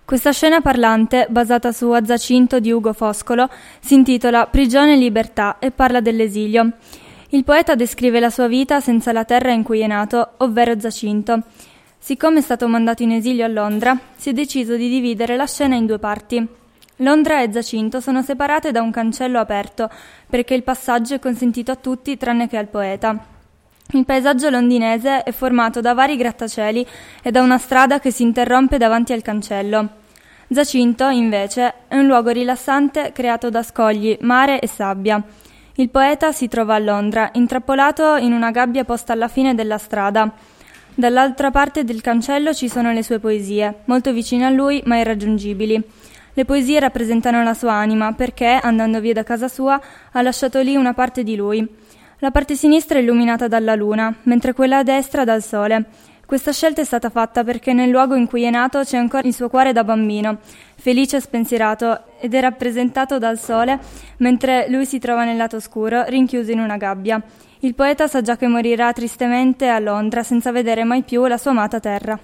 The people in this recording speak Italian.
Questa scena parlante, basata su A Giacinto di Ugo Foscolo, si intitola Prigione e libertà e parla dell'esilio. Il poeta descrive la sua vita senza la terra in cui è nato, ovvero Giacinto. Siccome è stato mandato in esilio a Londra, si è deciso di dividere la scena in due parti. Londra e Giacinto sono separate da un cancello aperto, perché il passaggio è consentito a tutti tranne che al poeta. Il paesaggio londinese è formato da vari grattacieli e da una strada che si interrompe davanti al cancello. Giacinto, invece, è un luogo rilassante creato da scogli, mare e sabbia. Il poeta si trova a Londra, intrappolato in una gabbia posta alla fine della strada. Dall'altra parte del cancello ci sono le sue poesie, molto vicine a lui ma irraggiungibili. Le poesie rappresentano la sua anima perché, andando via da casa sua, ha lasciato lì una parte di lui. La parte sinistra è illuminata dalla luna, mentre quella a destra dal sole. Questa scelta è stata fatta perché nel luogo in cui è nato c'è ancora il suo cuore da bambino, felice e spensierato, ed è rappresentato dal sole, mentre lui si trova nel lato oscuro, rinchiuso in una gabbia. Il poeta sa già che morirà tristemente a Londra senza vedere mai più la sua amata terra.